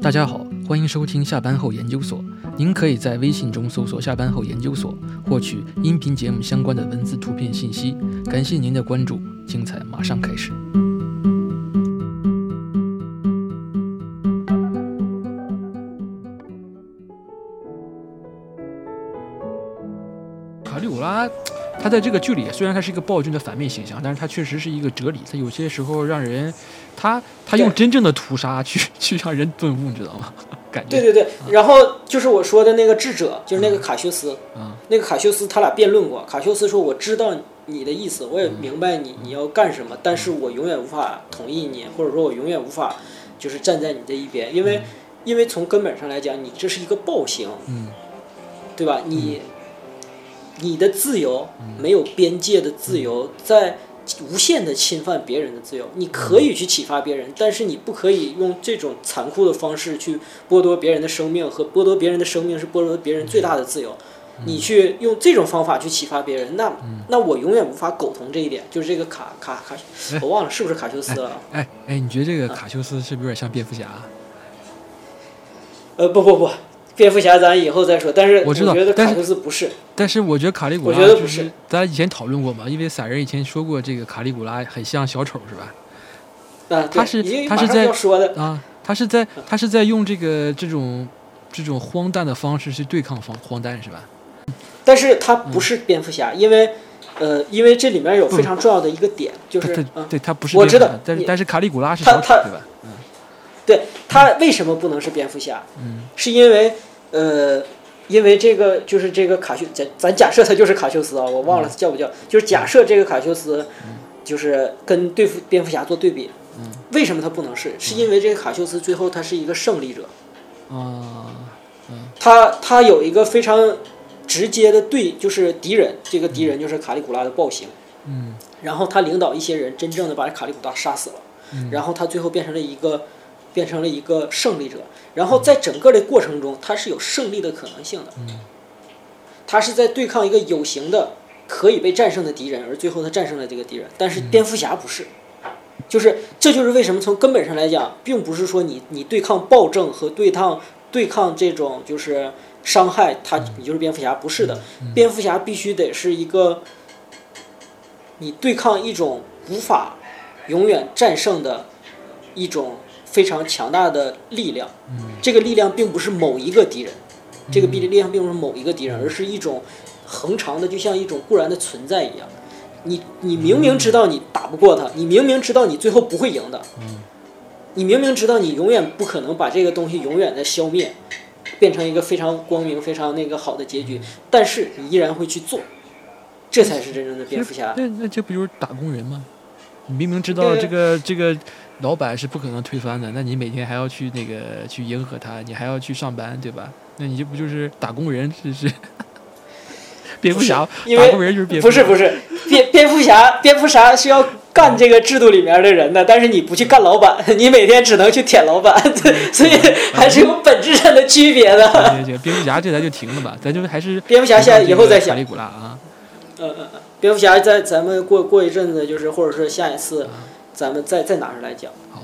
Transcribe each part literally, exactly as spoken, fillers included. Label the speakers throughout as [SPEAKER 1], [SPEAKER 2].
[SPEAKER 1] 大家好，欢迎收听下班后研究所。您可以在微信中搜索下班后研究所，获取音频节目相关的文字图片信息。感谢您的关注，精彩马上开始。卡利古拉他在这个剧里虽然他是一个暴君的反面形象，但是他确实是一个哲理，他有些时候让人他他用真正的屠杀去去让人顿悟，你知道吗？感觉
[SPEAKER 2] 对对对、啊、然后就是我说的那个智者，就是那个卡修斯、嗯、那个卡修斯他俩辩论过，卡修斯说我知道你的意思，我也明白你、嗯、你要干什么，但是我永远无法同意你，或者说我永远无法就是站在你这一边，因为、嗯、因为从根本上来讲你这是一个暴行、嗯、对吧，你、嗯你的自由没有边界的自由，在无限的侵犯别人的自由。你可以去启发别人，但是你不可以用这种残酷的方式去剥夺别人的生命，和剥夺别人的生命是剥夺别人最大的自由。你去用这种方法去启发别人，那那我永远无法苟同这一点。就是这个卡卡卡，我忘了是不是卡修斯了？
[SPEAKER 1] 哎 哎, 哎，你觉得这个卡修斯是不是有点像蝙蝠侠？
[SPEAKER 2] 呃，不不不。蝙蝠侠咱以后再说，但是
[SPEAKER 1] 我知道，
[SPEAKER 2] 我觉得卡修斯不是。
[SPEAKER 1] 但是我觉得卡利古拉，
[SPEAKER 2] 我觉得不是。
[SPEAKER 1] 咱以前讨论过嘛，因为散人以前说过，这个卡利古拉很像小丑，是吧？
[SPEAKER 2] 啊，
[SPEAKER 1] 他是他是在啊，他是在他是在用这个这种这种荒诞的方式去对抗荒荒诞，是吧？
[SPEAKER 2] 但是他不是蝙蝠侠，嗯、因为呃，因为这里面有非常重要的一个点，嗯、就是
[SPEAKER 1] 对、
[SPEAKER 2] 嗯、
[SPEAKER 1] 对，他不是
[SPEAKER 2] 我知道，
[SPEAKER 1] 但是但是卡利古拉是小丑，对吧？嗯，
[SPEAKER 2] 对他为什么不能是蝙蝠侠？嗯，是因为。呃，因为这个就是这个卡修，咱咱假设他就是卡修斯啊，我忘了他叫不叫，就是假设这个卡修斯，就是跟对付蝙蝠侠做对比，嗯，为什么他不能是？是因为这个卡修斯最后他是一个胜利者，
[SPEAKER 1] 啊，嗯，
[SPEAKER 2] 他他有一个非常直接的对，就是敌人，这个敌人就是卡利古拉的暴行，嗯，然后他领导一些人真正的把卡利古拉杀死了，嗯，然后他最后变成了一个。变成了一个胜利者，然后在整个的过程中，他是有胜利的可能性的。他是在对抗一个有形的、可以被战胜的敌人，而最后他战胜了这个敌人。但是蝙蝠侠不是，就是这就是为什么从根本上来讲，并不是说你你对抗暴政和对抗对抗这种就是伤害，他你就是蝙蝠侠，不是的。蝙蝠侠必须得是一个你对抗一种无法永远战胜的一种。非常强大的力量，这个力量并不是某一个敌人，这个力量并不是某一个敌人，而是一种恒长的，就像一种固然的存在一样。你你明明知道你打不过他，你明明知道你最后不会赢的，你明明知道你永远不可能把这个东西永远的消灭，变成一个非常光明、非常那个好的结局，但是你依然会去做，这才是真正的蝙蝠侠。
[SPEAKER 1] 那那就比如打工人嘛，你明明知道这个这个。老板是不可能推翻的，那你每天还要去那个去迎合他，你还要去上班，对吧？那你这不就是打工人？是是蝙蝠侠，打工人就是蝙蝠侠。
[SPEAKER 2] 不是不是，蝙蝙蝠侠，蝙蝠侠是要干这个制度里面的人的，但是你不去干老板，你每天只能去舔老板，所以还是有本质上的区别的。
[SPEAKER 1] 行行，蝙蝠侠这咱就停了吧，咱就还是
[SPEAKER 2] 蝙蝠侠现在以后再想。
[SPEAKER 1] 卡利古拉啊，
[SPEAKER 2] 嗯嗯嗯，蝙蝠侠在咱们过过一阵子，就是或者是下一次。嗯咱们再再拿出来讲。
[SPEAKER 1] 好。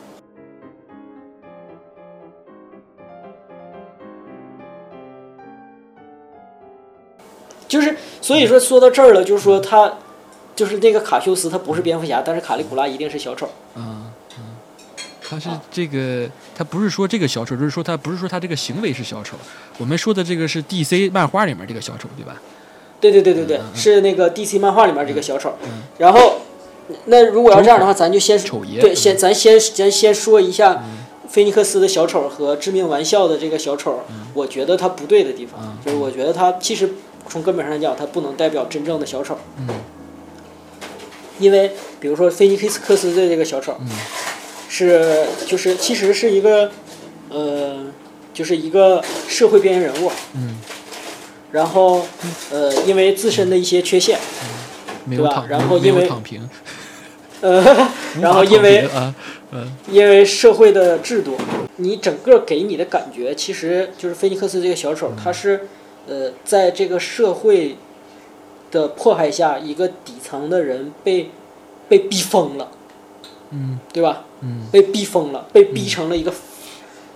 [SPEAKER 2] 就是所以说说到这儿了，就是说他就是那个卡修斯，他不是蝙蝠侠，但是卡利古拉一定是小丑。
[SPEAKER 1] 嗯嗯，他是这个，他不是说这个小丑，就是说他不是说他这个行为是小丑。我们说的这个是 D C 漫画里面这个小丑，对吧？
[SPEAKER 2] 对对对对对，嗯、是那个 D C 漫画里面这个小丑。
[SPEAKER 1] 嗯、
[SPEAKER 2] 然后。那如果要这样的话，咱就先
[SPEAKER 1] 丑爷
[SPEAKER 2] 对，先咱先咱先说一下菲尼克斯的小丑和致命玩笑的这个小丑，嗯、我觉得他不对的地方，嗯、就是我觉得他其实从根本上来讲，他不能代表真正的小丑。
[SPEAKER 1] 嗯、
[SPEAKER 2] 因为比如说菲尼克斯的这个小丑，
[SPEAKER 1] 嗯、
[SPEAKER 2] 是就是其实是一个呃，就是一个社会边缘人物。
[SPEAKER 1] 嗯、
[SPEAKER 2] 然后呃，因为自身的一些缺陷。
[SPEAKER 1] 嗯、对吧？
[SPEAKER 2] 然后因为
[SPEAKER 1] 躺平。
[SPEAKER 2] 呃，然后因为、
[SPEAKER 1] 啊嗯、
[SPEAKER 2] 因为社会的制度，你整个给你的感觉，其实就是菲尼克斯这个小丑，他是呃，在这个社会的迫害下，一个底层的人被被逼疯了，
[SPEAKER 1] 嗯，
[SPEAKER 2] 对吧？
[SPEAKER 1] 嗯，
[SPEAKER 2] 被逼疯了，被逼成了一个、嗯、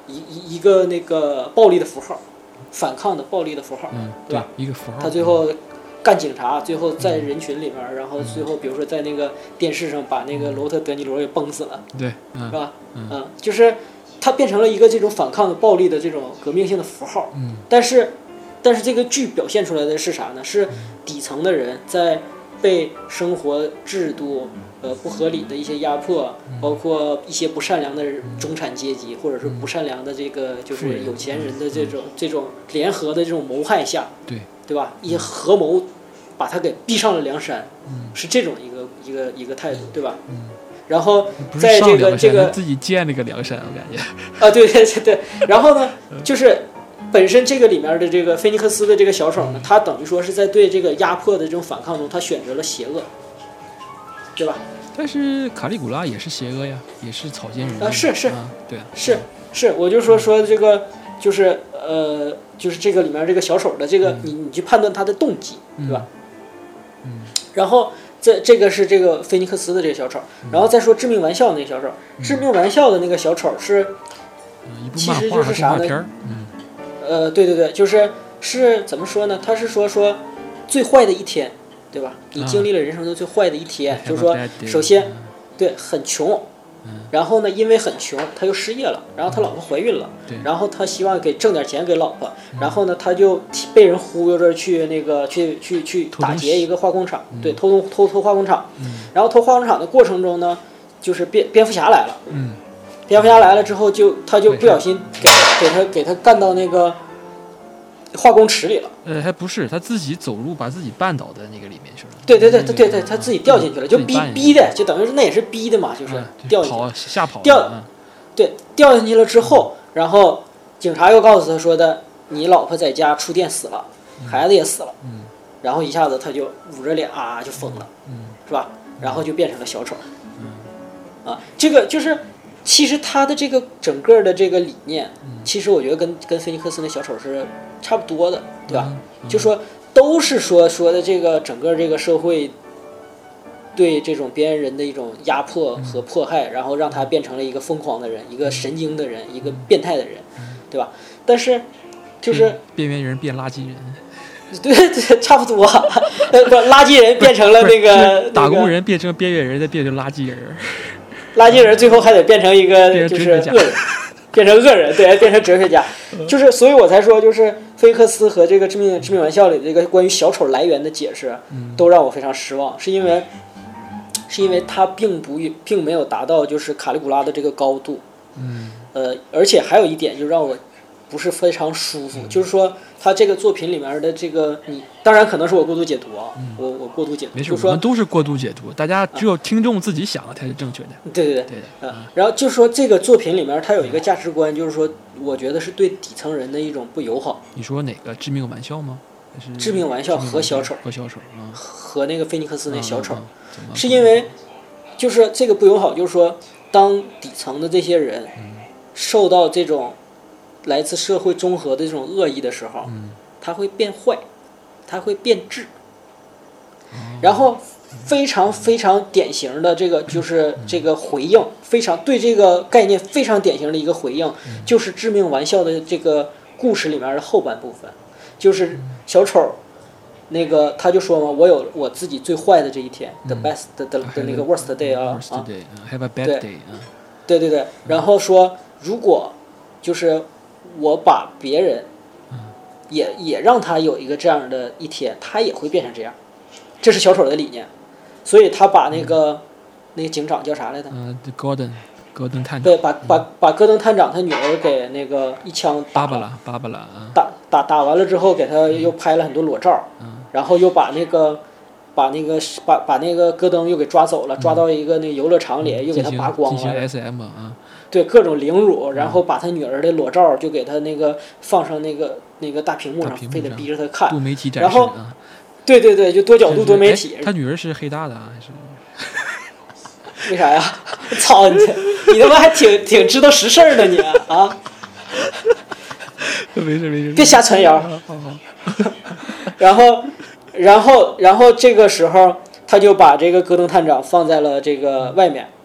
[SPEAKER 2] 一一一个那个暴力的符号，反抗的暴力的符号，
[SPEAKER 1] 嗯，
[SPEAKER 2] 对吧？
[SPEAKER 1] 一个符号。
[SPEAKER 2] 他最后干警察，最后在人群里面，然后最后比如说在那个电视上把那个罗伯特·德尼罗给崩死了，
[SPEAKER 1] 对，嗯、
[SPEAKER 2] 是吧？
[SPEAKER 1] 嗯，
[SPEAKER 2] 嗯，就是他变成了一个这种反抗的暴力的这种革命性的符号。
[SPEAKER 1] 嗯，
[SPEAKER 2] 但是，但是这个剧表现出来的是啥呢？是底层的人在被生活制度呃不合理的一些压迫，包括一些不善良的中产阶级，或者是不善良的这个就是有钱人的这种这种联合的这种谋害下，
[SPEAKER 1] 对
[SPEAKER 2] 对吧？一些合谋把他给逼上了梁山，是这种一个一个一个态度，对吧？
[SPEAKER 1] 嗯。
[SPEAKER 2] 然后在这个这个
[SPEAKER 1] 自己建了个梁山，我感觉
[SPEAKER 2] 啊，对对对对。然后呢，就是本身这个里面的这个菲尼克斯的这个小丑呢，他等于说是在对这个压迫的这种反抗中，他选择了邪恶，对吧？
[SPEAKER 1] 但是卡利古拉也是邪恶呀，也是草菅人命
[SPEAKER 2] 啊，是是，
[SPEAKER 1] 啊，对啊，
[SPEAKER 2] 是是，我就说说这个就是呃，就是这个里面这个小丑的这个，你你去判断他的动机，对吧？
[SPEAKER 1] 嗯，
[SPEAKER 2] 然后。这这个是这个菲尼克斯的这个小丑，然后再说致命玩笑那个小丑，致命玩笑的那个小丑是，其实就是啥呢？
[SPEAKER 1] 嗯，
[SPEAKER 2] 呃，对对对，就是是怎么说呢？他是说说最坏的一天，对吧？你经历了人生中最坏的一天，就是说，首先，对，很穷。然后呢，因为很穷，他又失业了，然后他老婆怀孕了，然后他希望给挣点钱给老婆，然后呢，他就被人忽悠着去那个去去去打劫一个化工厂，对，偷偷偷偷化工厂，然后偷化工厂的过程中呢，就是蝙蝙蝠侠来了，蝙蝠侠来了之后就他就不小心给给他给他干到那个化工池里了。
[SPEAKER 1] 呃，还不是他自己走路把自己绊倒的那个里面去了。
[SPEAKER 2] 对对对对对对，他自己掉进去了，就逼逼的，就等于是那也是逼的嘛，就是掉进去，
[SPEAKER 1] 跑吓跑
[SPEAKER 2] 掉，对，掉进去了之后，然后警察又告诉他说的，你老婆在家触电死了，孩子也死了，然后一下子他就捂着脸啊就疯了，是吧？然后就变成了小丑，啊，这个就是其实他的这个整个的这个理念，其实我觉得跟跟菲尼克斯那小丑是差不多的，对吧？就说。都是说说的这个整个这个社会对这种边缘人的一种压迫和迫害，然后让他变成了一个疯狂的人，一个神经的人，一个变态的人，对吧？但是就是
[SPEAKER 1] 边缘人变垃圾人，
[SPEAKER 2] 对对，差不多。不，垃圾人变成了那个
[SPEAKER 1] 打工人变成边缘人，再变成垃圾人，
[SPEAKER 2] 垃圾人最后还得变成一个就是恶人。变成恶人，对，变成哲学家，就是所以我才说，就是菲克斯和这个致命致命玩笑里的这个关于小丑来源的解释，都让我非常失望，是因为，是因为他并不并没有达到就是卡利古拉的这个高度，
[SPEAKER 1] 嗯，
[SPEAKER 2] 呃，而且还有一点就让我不是非常舒服，就是说他这个作品里面的这个，你当然可能是我过度解读啊，
[SPEAKER 1] 嗯、
[SPEAKER 2] 我我过度解读，
[SPEAKER 1] 没事，
[SPEAKER 2] 就说
[SPEAKER 1] 我们都是过度解读，大家只有听众自己想的才是正确的。
[SPEAKER 2] 对对对，
[SPEAKER 1] 对的。
[SPEAKER 2] 嗯，然后就说这个作品里面它有一个价值观，就是说，我觉得是对底层人的一种不友好。
[SPEAKER 1] 你说哪个致命玩笑吗？还是
[SPEAKER 2] 致命玩笑和小丑
[SPEAKER 1] 和小丑啊，
[SPEAKER 2] 和那个菲尼克斯那小丑，
[SPEAKER 1] 嗯嗯嗯、
[SPEAKER 2] 是因为就是这个不友好，就是说，当底层的这些人受到这种来自社会综合的这种恶意的时候，
[SPEAKER 1] 嗯、
[SPEAKER 2] 他会变坏，他会变质，哦、然后非常非常典型的这个就是这个回应，非常对这个概念非常典型的一个回应，
[SPEAKER 1] 嗯、
[SPEAKER 2] 就是致命玩笑的这个故事里面的后半部分，就是小丑。那个他就说嘛，我有我自己最坏的这一天、嗯、，the best 的的的那个 worst day 啊啊
[SPEAKER 1] ，have a bad day 啊，
[SPEAKER 2] 对对对，然后说如果就是我把别人也也让他有一个这样的一天，他也会变成这样，这是小丑的理念，所以他把那个、嗯、那个警长叫啥来着？
[SPEAKER 1] 嗯、uh, ，Gordon。戈登探长
[SPEAKER 2] 对，把把把戈登探长他女儿给那个一枪打
[SPEAKER 1] 了，巴巴了，
[SPEAKER 2] 打打打完了之后，给他又拍了很多裸照，
[SPEAKER 1] 嗯、
[SPEAKER 2] 然后又把那个把那个把把那个戈登又给抓走了，
[SPEAKER 1] 嗯、
[SPEAKER 2] 抓到一个那个游乐场里，嗯、又给他拔光了，
[SPEAKER 1] 进行 S M 啊，
[SPEAKER 2] 对，各种凌辱，然后把他女儿的裸照就给他那个放上那个那个大屏幕上，非得逼着他看，
[SPEAKER 1] 多媒体展示，
[SPEAKER 2] 然后，
[SPEAKER 1] 啊、
[SPEAKER 2] 对对对，就多角度多媒体。
[SPEAKER 1] 他女儿是黑大的啊，还是？
[SPEAKER 2] 为啥呀？操你！你他妈还挺挺知道实事儿呢你啊！
[SPEAKER 1] 没事没事，
[SPEAKER 2] 别瞎传谣。
[SPEAKER 1] 好好。
[SPEAKER 2] 然后，然后，然后这个时候，他就把这个戈登探长放在了这个外面，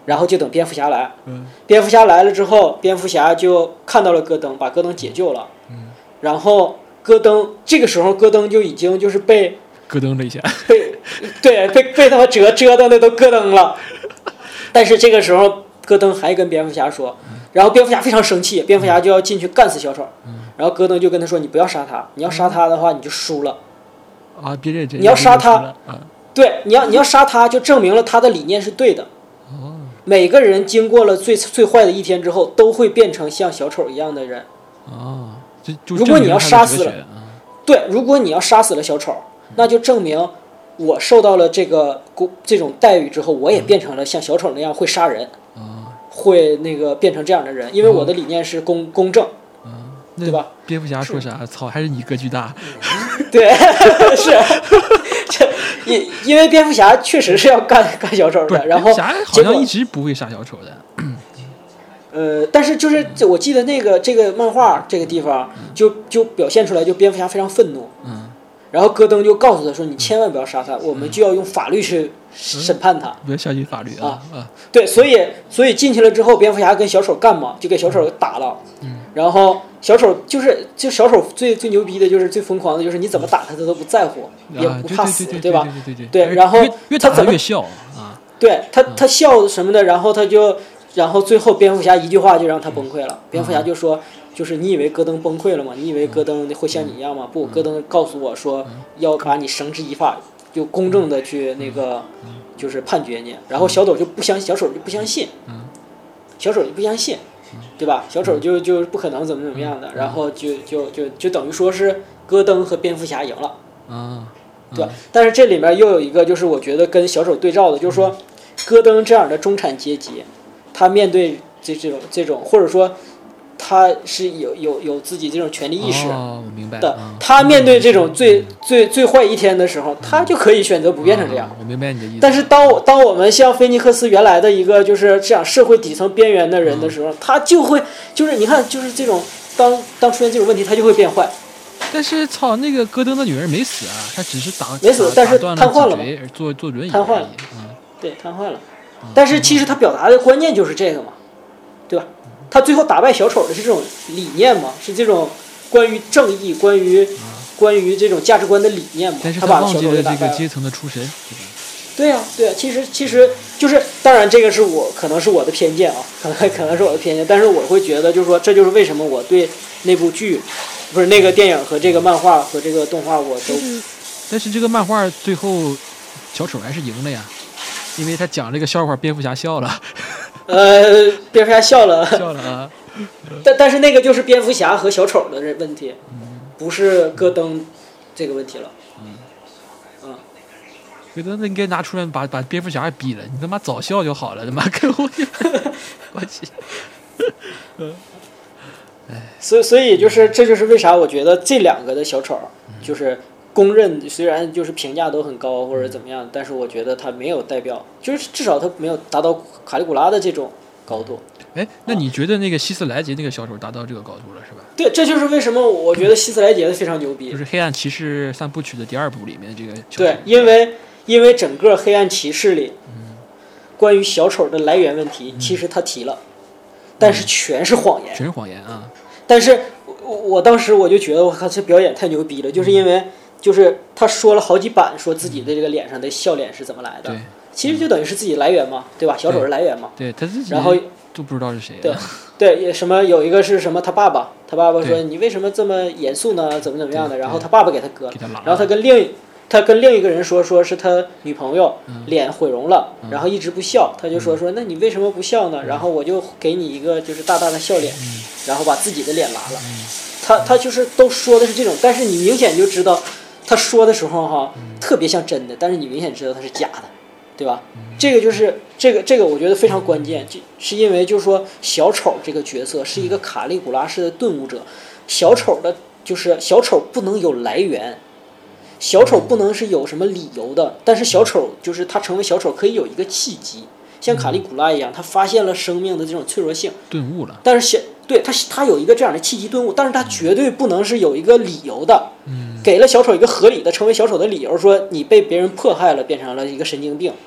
[SPEAKER 2] 然后就等蝙蝠侠来。蝙蝠侠来了之后，蝙蝠侠就看到了戈登，把戈登解救了。然后戈登这个时候，戈登就已经就是被
[SPEAKER 1] 咯噔了一下，
[SPEAKER 2] 被对被被他们折折腾的都咯噔了。但是这个时候，戈登还跟蝙蝠侠说，然后蝙蝠侠非常生气，蝙蝠侠就要进去干死小丑。然后戈登就跟他说：“你不要杀他，你要杀他的话，你就输了。”
[SPEAKER 1] 啊，别认真！
[SPEAKER 2] 你要杀他，
[SPEAKER 1] 啊、
[SPEAKER 2] 对，你要你要杀他，就证明了他的理念是对的。
[SPEAKER 1] 哦，
[SPEAKER 2] 每个人经过了最最坏的一天之后，都会变成像小丑一样的人。
[SPEAKER 1] 哦，就就
[SPEAKER 2] 如果你要杀死了，对，如果你要杀死了小丑，那就证明我受到了这个这种待遇之后，我也变成了像小丑那样会杀人，
[SPEAKER 1] 哦、
[SPEAKER 2] 会那个变成这样的人，因为我的理念是公、哦、公正。对吧？
[SPEAKER 1] 蝙蝠侠说啥？操，还是你格局大。
[SPEAKER 2] 对，是，这因因为蝙蝠侠确实是要干干小丑的，然后
[SPEAKER 1] 蝙蝠侠好像一直不会杀小丑的。
[SPEAKER 2] 呃，但是就是我记得那个这个漫画这个地方就就表现出来，就蝙蝠侠非常愤怒。嗯。然后戈登就告诉他说：“你千万不要杀他，我们就要用法律去审判他。嗯”
[SPEAKER 1] 不要相信法律啊！
[SPEAKER 2] 啊，对，所以所以进去了之后，蝙蝠侠跟小丑干嘛，就给小丑打了。嗯。然后小丑就是就小丑最最牛逼的就是最疯狂的就是你怎么打他他都不在乎，也不怕死，
[SPEAKER 1] 对
[SPEAKER 2] 吧？
[SPEAKER 1] 对对
[SPEAKER 2] 对对。然后
[SPEAKER 1] 越
[SPEAKER 2] 他怎么
[SPEAKER 1] 越笑啊？
[SPEAKER 2] 对他他笑什么的，然后他就然后最后蝙蝠侠一句话就让他崩溃了。蝙蝠侠就说。就是你以为戈登崩溃了吗？你以为戈登会像你一样吗？不，戈登告诉我说要把你绳之以法，就公正的去那个，就是判决你。然后小丑就不相信，小丑就不相信，小丑就不相信，对吧？小丑就就不可能怎么怎么样的，然后就就就就等于说是戈登和蝙蝠侠赢了，对吧？但是这里面又有一个就是我觉得跟小丑对照的，就是说戈登这样的中产阶级，他面对这这种这种或者说。他是有有有自己这种权利意识的，
[SPEAKER 1] 哦、我明白
[SPEAKER 2] 他面对这种最、嗯、最最坏一天的时候，他就可以选择不变成这样。
[SPEAKER 1] 哦、我明白你的意思。
[SPEAKER 2] 但是当我当我们像菲尼克斯原来的一个就是这样社会底层边缘的人的时候，嗯、他就会就是你看就是这种当当出现这种问题，他就会变坏。
[SPEAKER 1] 但是操，那个戈登的女儿没死啊，他只是打
[SPEAKER 2] 没死，但是瘫痪了嘛，
[SPEAKER 1] 坐坐轮椅
[SPEAKER 2] 瘫痪了，嗯，对，瘫痪了。但是其实他表达的关键就是这个嘛，对吧？他最后打败小丑的是这种理念嘛？是这种关于正义、关于、嗯、关于这种价值观的理念嘛？
[SPEAKER 1] 但是
[SPEAKER 2] 他把
[SPEAKER 1] 忘记了
[SPEAKER 2] 这
[SPEAKER 1] 个阶层的出身，
[SPEAKER 2] 对呀、啊，对呀、啊。其实其实就是，当然这个是我可能是我的偏见啊，可能可能是我的偏见，但是我会觉得，就是说，这就是为什么我对那部剧，不是那个电影和这个漫画和这个动画我都。
[SPEAKER 1] 但是这个漫画最后，小丑还是赢了呀，因为他讲这个笑话，蝙蝠侠笑了。
[SPEAKER 2] 呃，蝙蝠侠笑了，
[SPEAKER 1] 笑了啊！
[SPEAKER 2] 但但是那个就是蝙蝠侠和小丑的问题，嗯、不是戈登这个问题了。嗯，嗯，
[SPEAKER 1] 戈登应该拿出来把把蝙蝠侠逼了，你他妈早笑就好了，他妈跟我我去。
[SPEAKER 2] 嗯，哎，所以所以就是这就是为啥我觉得这两个的小丑就是。公认虽然就是评价都很高或者怎么样，但是我觉得他没有代表，就是至少他没有达到卡利古拉的这种高度。
[SPEAKER 1] 哎，那你觉得那个希斯莱杰那个小丑达到这个高度了是吧？
[SPEAKER 2] 对，这就是为什么我觉得希斯莱杰非常牛逼。
[SPEAKER 1] 就是《黑暗骑士三部曲》的第二部里面这个小丑。
[SPEAKER 2] 对，因为因为整个《黑暗骑士》里，嗯、关于小丑的来源问题，嗯、其实他提了，但是全是谎言。
[SPEAKER 1] 全是谎言啊！
[SPEAKER 2] 但是我我当时我就觉得我靠，这表演太牛逼了，就是因为。就是他说了好几版，说自己的这个脸上的笑脸是怎么来的，其实就等于是自己来源嘛，对吧？小丑是来源嘛，
[SPEAKER 1] 对他自己，
[SPEAKER 2] 然后
[SPEAKER 1] 都不知道是谁、啊。
[SPEAKER 2] 对对，也什么有一个是什么他爸爸，他爸爸说你为什么这么严肃呢？怎么怎么样的？然后他爸爸给他割了，然后他跟另他跟另一个人说，说是他女朋友脸毁容了，
[SPEAKER 1] 嗯、
[SPEAKER 2] 然后一直不笑，他就说说那你为什么不笑呢？然后我就给你一个就是大大的笑脸，
[SPEAKER 1] 嗯、
[SPEAKER 2] 然后把自己的脸拉了。嗯、他他就是都说的是这种，但是你明显就知道。他说的时候哈，特别像真的，但是你明显知道他是假的，对吧？这个就是这个这个，我觉得非常关键，就是因为就是说小丑这个角色是一个卡利古拉式的顿悟者，小丑的就是小丑不能有来源，小丑不能是有什么理由的，但是小丑就是他成为小丑可以有一个契机，像卡利古拉一样，他发现了生命的这种脆弱性，
[SPEAKER 1] 顿悟了。
[SPEAKER 2] 但是小对他他有一个这样的契机顿悟，但是他绝对不能是有一个理由的。给了小丑一个合理的成为小丑的理由，说你被别人迫害了，变成了一个神经病，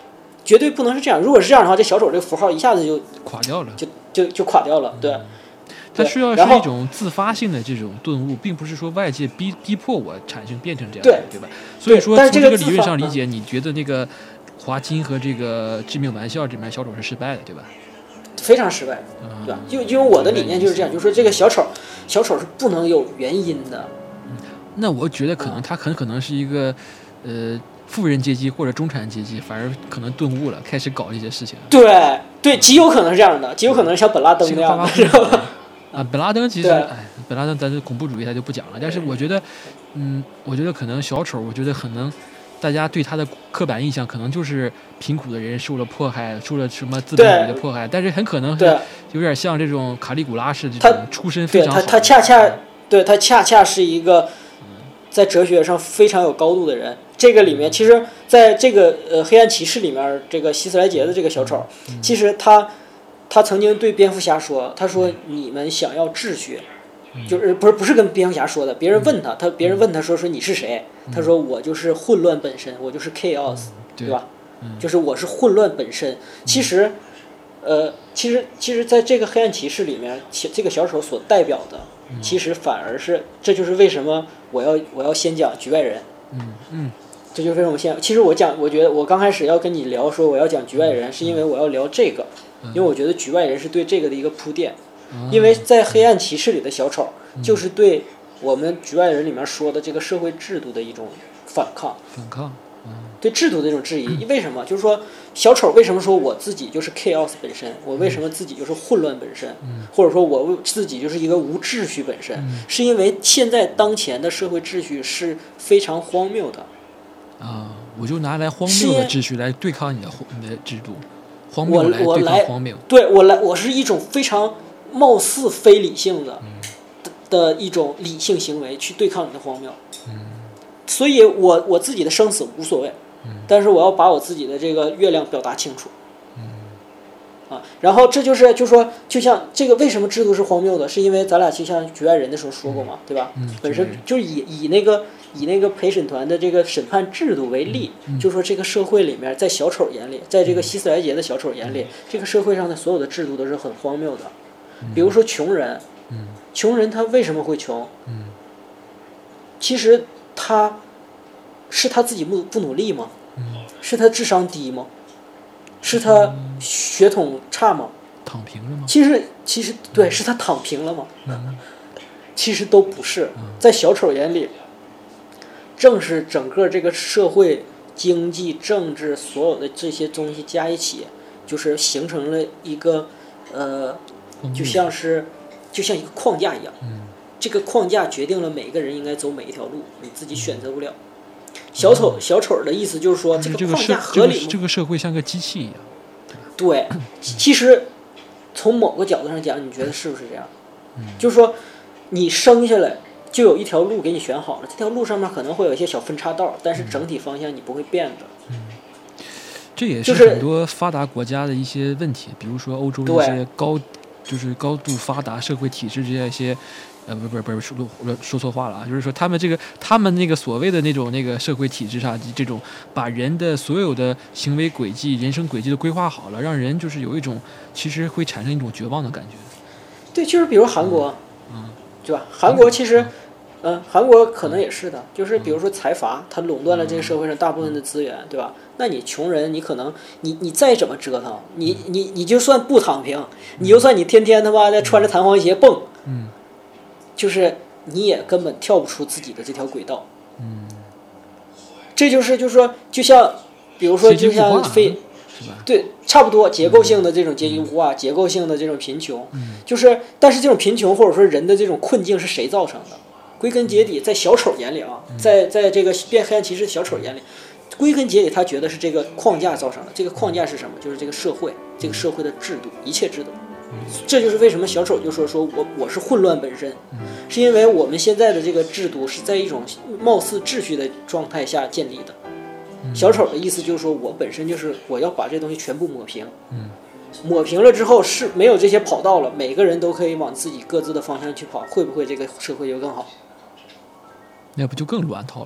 [SPEAKER 2] 绝对不能是这样。如果是这样的话，这小丑这个符号一下子就
[SPEAKER 1] 垮掉了，
[SPEAKER 2] 就就就垮掉了。对，
[SPEAKER 1] 它需要是一种自发性的这种顿悟，并不是说外界逼逼迫我产生变成这样，
[SPEAKER 2] 对
[SPEAKER 1] 对吧？所以说从这
[SPEAKER 2] 个
[SPEAKER 1] 理论上理解，你觉得那个华金和这个致命玩笑这里面小丑是失败的，对吧？
[SPEAKER 2] 非常失败，对吧？因为因为我的理念就是这样，就是说这个小丑小丑是不能有原因的。
[SPEAKER 1] 嗯，那我觉得可能他很可能是一个呃。富人阶级或者中产阶级反而可能顿悟了，开始搞这些事情。
[SPEAKER 2] 对对，极有可能是这样的，极有可能像本拉登那样的，是吧？
[SPEAKER 1] 啊，本拉登其实，哎，本拉登咱这恐怖主义他就不讲了。但是我觉得，嗯，我觉得可能小丑，我觉得可能大家对他的刻板印象可能就是贫苦的人受了迫害，受了什么资本主义的迫害，但是很可能是有点像这种卡利古拉式这种出身非常好的。
[SPEAKER 2] 他他恰恰对他恰恰是一个在哲学上非常有高度的人。这个里面，其实在这个呃黑暗骑士里面，这个希斯莱杰的这个小丑，其实他他曾经对蝙蝠侠说，他说你们想要秩序，就是不是不是跟蝙蝠侠说的，别人问他，他别人问他说说你是谁，他说我就是混乱本身，我就是 chaos， 对吧？就是我是混乱本身。其实，呃，其实其实在这个黑暗骑士里面，这个小丑所代表的，其实反而是，这就是为什么我要我要先讲局外人。
[SPEAKER 1] 嗯嗯。
[SPEAKER 2] 这就是为什么现在，其实我讲，我觉得我刚开始要跟你聊说我要讲局外人，是因为我要聊这个，因为我觉得局外人是对这个的一个铺垫，因为在黑暗骑士里的小丑就是对我们局外人里面说的这个社会制度的一种反抗，
[SPEAKER 1] 反抗，
[SPEAKER 2] 对制度的一种质疑。为什么？就是说小丑为什么说我自己就是 chaos 本身，我为什么自己就是混乱本身，或者说我自己就是一个无秩序本身，是因为现在当前的社会秩序是非常荒谬的。
[SPEAKER 1] 啊，我就拿来荒谬的秩序来对抗你的你的制度，荒谬来对抗荒谬。
[SPEAKER 2] 对我来，我是一种非常貌似非理性的、嗯、的, 的一种理性行为去对抗你的荒谬。
[SPEAKER 1] 嗯，
[SPEAKER 2] 所以我我自己的生死无所谓，嗯，但是我要把我自己的这个月亮表达清楚。
[SPEAKER 1] 嗯，
[SPEAKER 2] 啊，然后这就是就说，就像这个为什么制度是荒谬的，是因为咱俩就像局外人的时候说过嘛，对吧？
[SPEAKER 1] 嗯，
[SPEAKER 2] 本身就是以以那个。以那个陪审团的这个审判制度为例，
[SPEAKER 1] 嗯、
[SPEAKER 2] 就说这个社会里面，在小丑眼里，在这个希斯莱杰的小丑眼里，
[SPEAKER 1] 嗯、
[SPEAKER 2] 这个社会上的所有的制度都是很荒谬的。比如说穷人，
[SPEAKER 1] 嗯、
[SPEAKER 2] 穷人他为什么会穷？
[SPEAKER 1] 嗯、
[SPEAKER 2] 其实他是他自己不不努力吗？
[SPEAKER 1] 嗯、
[SPEAKER 2] 是他智商低吗？是他血统差吗？
[SPEAKER 1] 躺平了吗？
[SPEAKER 2] 其实其实对，是他躺平了吗？
[SPEAKER 1] 嗯、
[SPEAKER 2] 其实都不是，在小丑眼里。正是整个这个社会、经济、政治所有的这些东西加一起，就是形成了一个，呃，就像是就像一个框架一样。
[SPEAKER 1] 嗯，
[SPEAKER 2] 这个框架决定了每个人应该走每一条路，你自己选择不了。小丑，小丑的意思就是说，
[SPEAKER 1] 这
[SPEAKER 2] 个框架合理吗？
[SPEAKER 1] 这个这个社会像个机器一样。
[SPEAKER 2] 对，其实从某个角度上讲，你觉得是不是这样？
[SPEAKER 1] 嗯，
[SPEAKER 2] 就是说，你生下来。就有一条路给你选好了，这条路上面可能会有一些小分叉道，但是整体方向你不会变的。
[SPEAKER 1] 嗯，这也是很多发达国家的一些问题，比如说欧洲一些高，就是高度发达社会体制这样一些，呃，不不不是说说错话了啊，就是说他们这个他们那个所谓的那种那个社会体制上，这种把人的所有的行为轨迹、人生轨迹都规划好了，让人就是有一种其实会产生一种绝望的感觉。
[SPEAKER 2] 对，就是比如韩国，
[SPEAKER 1] 嗯，
[SPEAKER 2] 对吧？韩国其实。嗯嗯，韩国可能也是的，就是比如说财阀，它垄断了这个社会上大部分的资源，对吧？那你穷人，你可能你你再怎么折腾，你你你就算不躺平，你就算你天天他妈的穿着弹簧鞋蹦，
[SPEAKER 1] 嗯，
[SPEAKER 2] 就是你也根本跳不出自己的这条轨道，
[SPEAKER 1] 嗯，
[SPEAKER 2] 这就是就是说，就像比如说就像非，对，差不多结构性的这种阶级污化，结构性的这种贫穷，就是但是这种贫穷或者说人的这种困境是谁造成的？归根结底，在小丑眼里啊，在在这个变黑暗骑士小丑眼里，归根结底，他觉得是这个框架造成的。这个框架是什么？就是这个社会，这个社会的制度，一切制度。这就是为什么小丑就说说我我是混乱本身，是因为我们现在的这个制度是在一种貌似秩序的状态下建立的。小丑的意思就是说我本身就是我要把这东西全部抹平。抹平了之后是没有这些跑道了，每个人都可以往自己各自的方向去跑，会不会这个社会就更好？
[SPEAKER 1] 那不就更乱套了吗？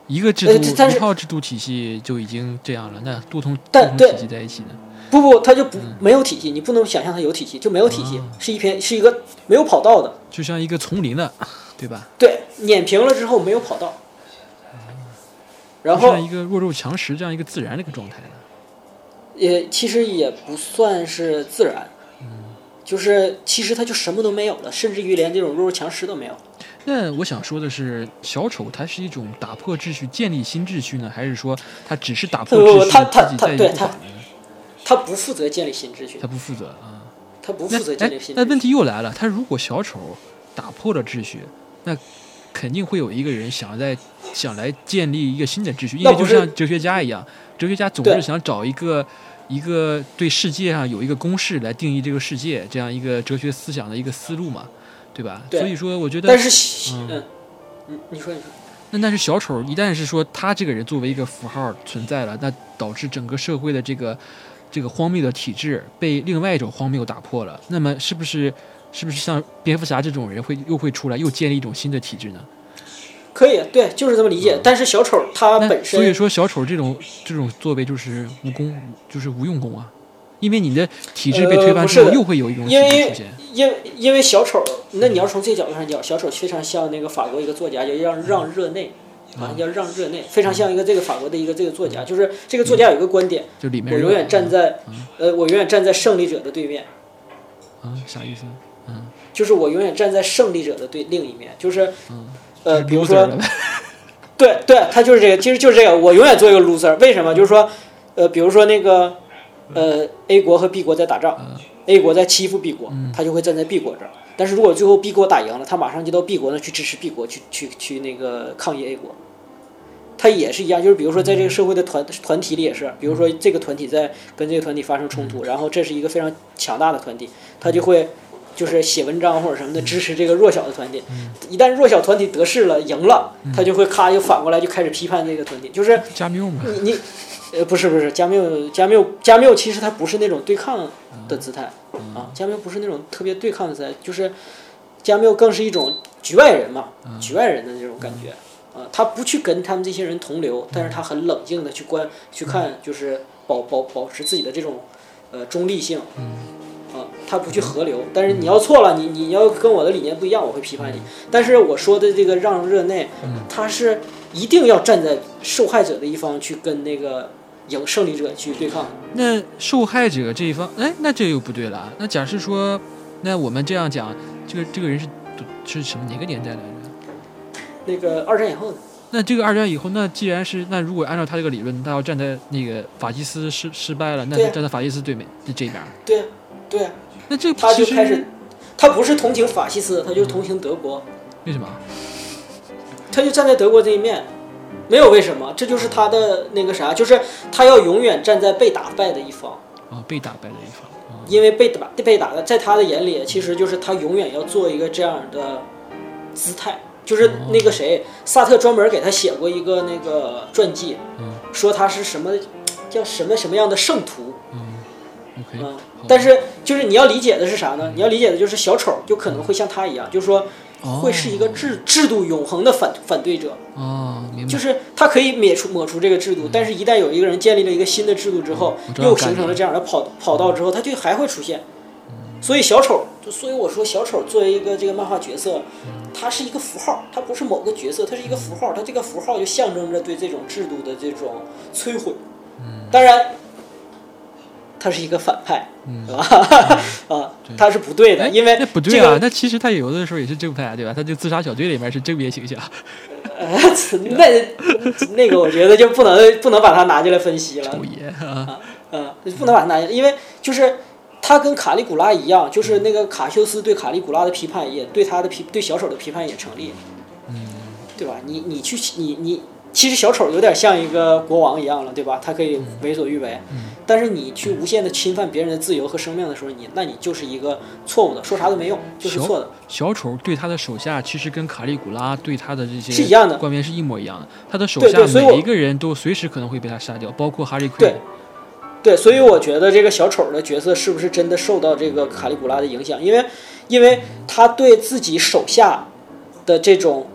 [SPEAKER 1] 一个制度、呃、一套制度体系就已经这样了，那多重多重体系在一起呢？
[SPEAKER 2] 不不，它就不、嗯、没有体系，你不能想象它有体系，就没有体系，啊、是一片是一个没有跑道的，
[SPEAKER 1] 就像一个丛林的，对吧？
[SPEAKER 2] 对，碾平了之后没有跑道，嗯、然后
[SPEAKER 1] 像一个弱肉强食这样一个自然的一个状态呢。
[SPEAKER 2] 也其实也不算是自然，嗯，就是其实它就什么都没有了，甚至于连这种弱肉强食都没有。
[SPEAKER 1] 那我想说的是，小丑它是一种打破秩序、建立新秩序呢，还是说它只是打破秩序，
[SPEAKER 2] 他他
[SPEAKER 1] 自己在不管呢？
[SPEAKER 2] 他不负责建立新秩序，
[SPEAKER 1] 他不负责啊，
[SPEAKER 2] 他不负责建立新秩序。
[SPEAKER 1] 那问题又来了，他如果小丑打破了秩序，那肯定会有一个人想在想来建立一个新的秩序，因为就像哲学家一样，哲学家总是想找一个一个对世界上有一个公式来定义这个世界，这样一个哲学思想的一个思路嘛。对吧？
[SPEAKER 2] 对，
[SPEAKER 1] 所以说我觉得，
[SPEAKER 2] 但是，嗯，嗯你说你说，
[SPEAKER 1] 那但是小丑一旦是说他这个人作为一个符号存在了，那导致整个社会的这个这个荒谬的体制被另外一种荒谬打破了，那么是不是是不是像蝙蝠侠这种人会又会出来又建立一种新的体制呢？
[SPEAKER 2] 可以，对，就是这么理解。嗯、但是小丑他本身，
[SPEAKER 1] 所以说小丑这种这种作为就是无功，就是无用功啊。因为你的体制被推翻之后，又会有一种体制出现。
[SPEAKER 2] 因为因为小丑，那你要从这个角度上讲，小丑非常像那个法国一个作家，叫让让热内，啊，叫让热内，非常像一个这个法国的一个这个作家。就是这个作家有一个观点，
[SPEAKER 1] 就里面
[SPEAKER 2] 我永远站在，呃，我永远站在胜利者的对面。
[SPEAKER 1] 啊，啥意思？嗯，
[SPEAKER 2] 就是我永远站在胜利者的对另一面，就是，
[SPEAKER 1] 嗯、
[SPEAKER 2] 呃，比如说，对对，他就是这个，其实就是这个，我永远做一个 loser。为什么？就是说，呃，比如说那个。呃 ，A 国和 B 国在打仗、嗯、，A 国在欺负 B 国，他就会站在 B 国这儿。但是如果最后 B 国打赢了，他马上就到 B 国那去支持 B 国，去去去那个抗议 A 国。他也是一样，就是比如说在这个社会的团团体里也是，比如说这个团体在跟这个团体发生冲突，然后这是一个非常强大的团体，他就会就是写文章或者什么的支持这个弱小的团体。一旦弱小团体得势了、赢了，他就会咔就反过来就开始批判这个团体，就是
[SPEAKER 1] 加缪嘛，
[SPEAKER 2] 你你。呃，不是不是，加缪加缪加缪其实他不是那种对抗的姿态、嗯、啊，加缪不是那种特别对抗的姿态，就是加缪更是一种局外人嘛，嗯、局外人的那种感觉、嗯、啊，他不去跟他们这些人同流，但是他很冷静的去观去看，就是保保保持自己的这种呃中立性，
[SPEAKER 1] 嗯
[SPEAKER 2] 啊，他不去合流，但是你要错了，你你要跟我的理念不一样，我会批判你。但是我说的这个让热内，他是一定要站在受害者的一方去跟那个。赢胜利者去对抗，
[SPEAKER 1] 那受害者这一方，哎，那这又不对了。那假设说，那我们这样讲，这个这个人是是什么哪个年代来着？
[SPEAKER 2] 那个二战以后的。
[SPEAKER 1] 那这个二战以后，那既然是那如果按照他这个理论，他要站在那个法西斯失失败了，那就站在法西斯对面这边。
[SPEAKER 2] 对对。
[SPEAKER 1] 那这
[SPEAKER 2] 他就开始，他不是同情法西斯，他就同情德国。
[SPEAKER 1] 为什么？
[SPEAKER 2] 他就站在德国这一面。没有为什么，这就是他的那个啥，就是他要永远站在被打败的一方。
[SPEAKER 1] 啊、哦，被打败的一方。哦、
[SPEAKER 2] 因为被打被打的，在他的眼里，其实就是他永远要做一个这样的姿态。就是那个谁，哦、萨特专门给他写过一个那个传记，
[SPEAKER 1] 嗯、
[SPEAKER 2] 说他是什么叫什么什么样的圣徒。
[SPEAKER 1] 嗯 ，OK。
[SPEAKER 2] 嗯，但是就是你要理解的是啥呢？你要理解的就是小丑就可能会像他一样，就是说。会是一个制制度永恒的反反对者
[SPEAKER 1] 哦，明白。
[SPEAKER 2] 就是他可以抹除抹除这个制度，嗯、但是一旦有一个人建立了一个新的制度之后，又形成了这样的跑跑道之后，他就还会出现。嗯、所以小丑，所以我说小丑作为一个这个漫画角色，
[SPEAKER 1] 嗯、
[SPEAKER 2] 他是一个符号，他不是某个角色，他是一个符号，他这个符号就象征着对这种制度的这种摧毁。
[SPEAKER 1] 嗯，
[SPEAKER 2] 当然。他是一个反派，
[SPEAKER 1] 嗯，
[SPEAKER 2] 对吧？嗯、啊，他是不对的，因为、
[SPEAKER 1] 那不对啊。那其实他有的时候也是正派，对吧？他就自杀小队里面是正面形象。
[SPEAKER 2] 呃，那那个我觉得就不能不能把他拿进来分析了。
[SPEAKER 1] 丑爷啊，
[SPEAKER 2] 嗯、呃，不能把他拿进来，因为就是他跟卡利古拉一样，就是那个卡修斯对卡利古拉的批判也对他的批对小丑的批判也成立，
[SPEAKER 1] 嗯，
[SPEAKER 2] 对吧？你你去你你。其实小丑有点像一个国王一样了，对吧？他可以为所欲为，
[SPEAKER 1] 嗯、
[SPEAKER 2] 但是你去无限的侵犯别人的自由和生命的时候，你那你就是一个错误的，说啥都没用，就是错的。
[SPEAKER 1] 小, 小丑对他的手下其实跟卡利古拉对他的这些
[SPEAKER 2] 是一样的，
[SPEAKER 1] 官员是一模一样的。他的手下每一个人都随时可能会被他杀掉，包括哈利·奎恩。
[SPEAKER 2] 对，所以我觉得这个小丑的角色是不是真的受到这个卡利古拉的影响？因为，因为他对自己手下的这种。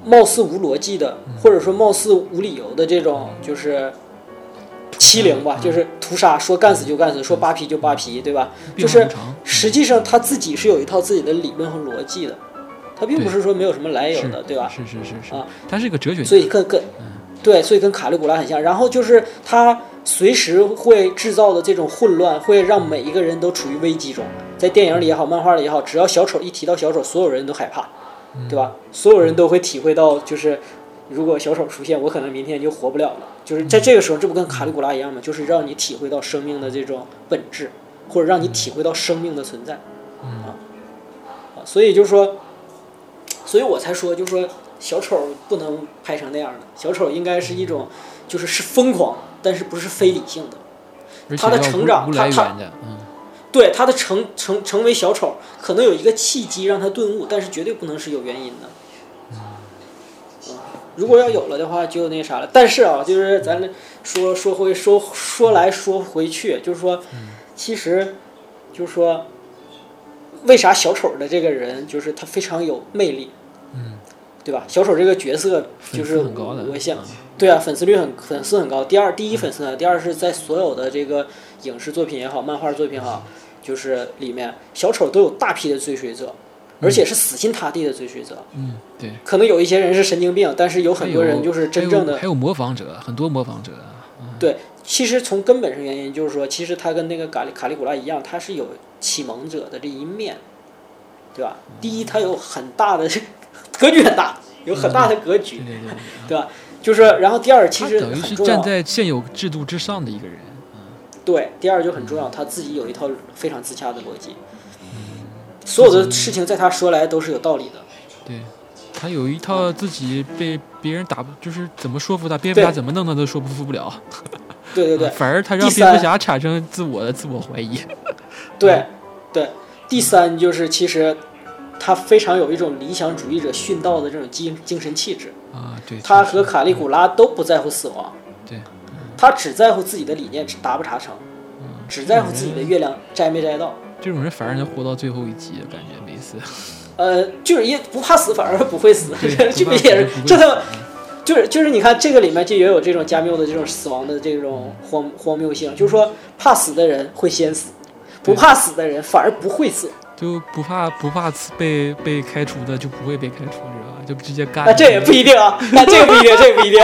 [SPEAKER 2] 貌似无逻辑的，或者说貌似无理由的这种就是欺凌吧，就是屠杀，说干死就干死，说扒皮就扒皮，对吧？就是实际上他自己是有一套自己的理论和逻辑的，他并不是说没有什么来由的，对吧？
[SPEAKER 1] 是是是是
[SPEAKER 2] 啊，
[SPEAKER 1] 他是一个哲学家，
[SPEAKER 2] 所以跟跟对，所以跟卡利古拉很像。然后就是他随时会制造的这种混乱，会让每一个人都处于危机中。在电影里也好，漫画里也好，只要小丑一提到小丑，所有人都害怕，对吧？所有人都会体会到，就是如果小丑出现，我可能明天就活不了了。就是在这个时候，这不跟卡利古拉一样吗？就是让你体会到生命的这种本质，或者让你体会到生命的存在。啊啊，所以就是说，所以我才说，就是说小丑不能拍成那样的，小丑应该是一种，就是是疯狂，但是不是非理性的。他的成长，他他。
[SPEAKER 1] 嗯
[SPEAKER 2] 对他的成成成为小丑，可能有一个契机让他顿悟，但是绝对不能是有原因的。嗯，如果要有了的话，就那啥了。但是啊，就是咱说说回说说来说回去，就是说，其实就是说，为啥小丑的这个人就是他非常有魅力？
[SPEAKER 1] 嗯，
[SPEAKER 2] 对吧？小丑这个角色就是我想，对啊，粉丝率很粉丝很高。第二，第一粉丝呢，第二是在所有的这个影视作品也好，漫画作品也好。就是里面小丑都有大批的追随者，而且是死心塌地的追随者。
[SPEAKER 1] 嗯，对。
[SPEAKER 2] 可能有一些人是神经病，但是有很多人就是真正的。
[SPEAKER 1] 还有, 还有模仿者，很多模仿者。
[SPEAKER 2] 嗯、对，其实从根本上原因就是说，其实他跟那个卡利卡利古拉一样，他是有启蒙者的这一面，对吧？嗯、第一，他有很大的格局，很大，有很大的格局，
[SPEAKER 1] 嗯、对对 对, 对,
[SPEAKER 2] 对吧？就是，然后第二，其实
[SPEAKER 1] 等于是站在现有制度之上的一个人。
[SPEAKER 2] 对，第二就很重要，他自己有一套非常自洽的逻辑，所有的事情在他说来都是有道理的。
[SPEAKER 1] 对，他有一套自己被别人打，就是怎么说服他，蝙蝠侠怎么弄他都说服不了。
[SPEAKER 2] 对对对，
[SPEAKER 1] 反而他让蝙蝠侠产生自我的自我怀疑。
[SPEAKER 2] 对对，第三就是其实他非常有一种理想主义者殉道的这种精精神气质
[SPEAKER 1] 啊。对，
[SPEAKER 2] 他和卡利古拉都不在乎死亡。
[SPEAKER 1] 对。
[SPEAKER 2] 他只在乎自己的理念达不达成，只在乎自己的月亮摘没摘到。
[SPEAKER 1] 这种人反而能活到最后一集，感觉每次。
[SPEAKER 2] 呃，就是也不怕死，反而不会死，这不也是这他，就是就是你看这个里面就也有这种加缪的这种死亡的这种荒荒谬性，就是说怕死的人会先死，不怕死的人反而不会死。
[SPEAKER 1] 就不怕不怕被被开除的就不会被开除，是吧？就直接干。
[SPEAKER 2] 啊，这也不一定啊，那这个不一定，这个不一定。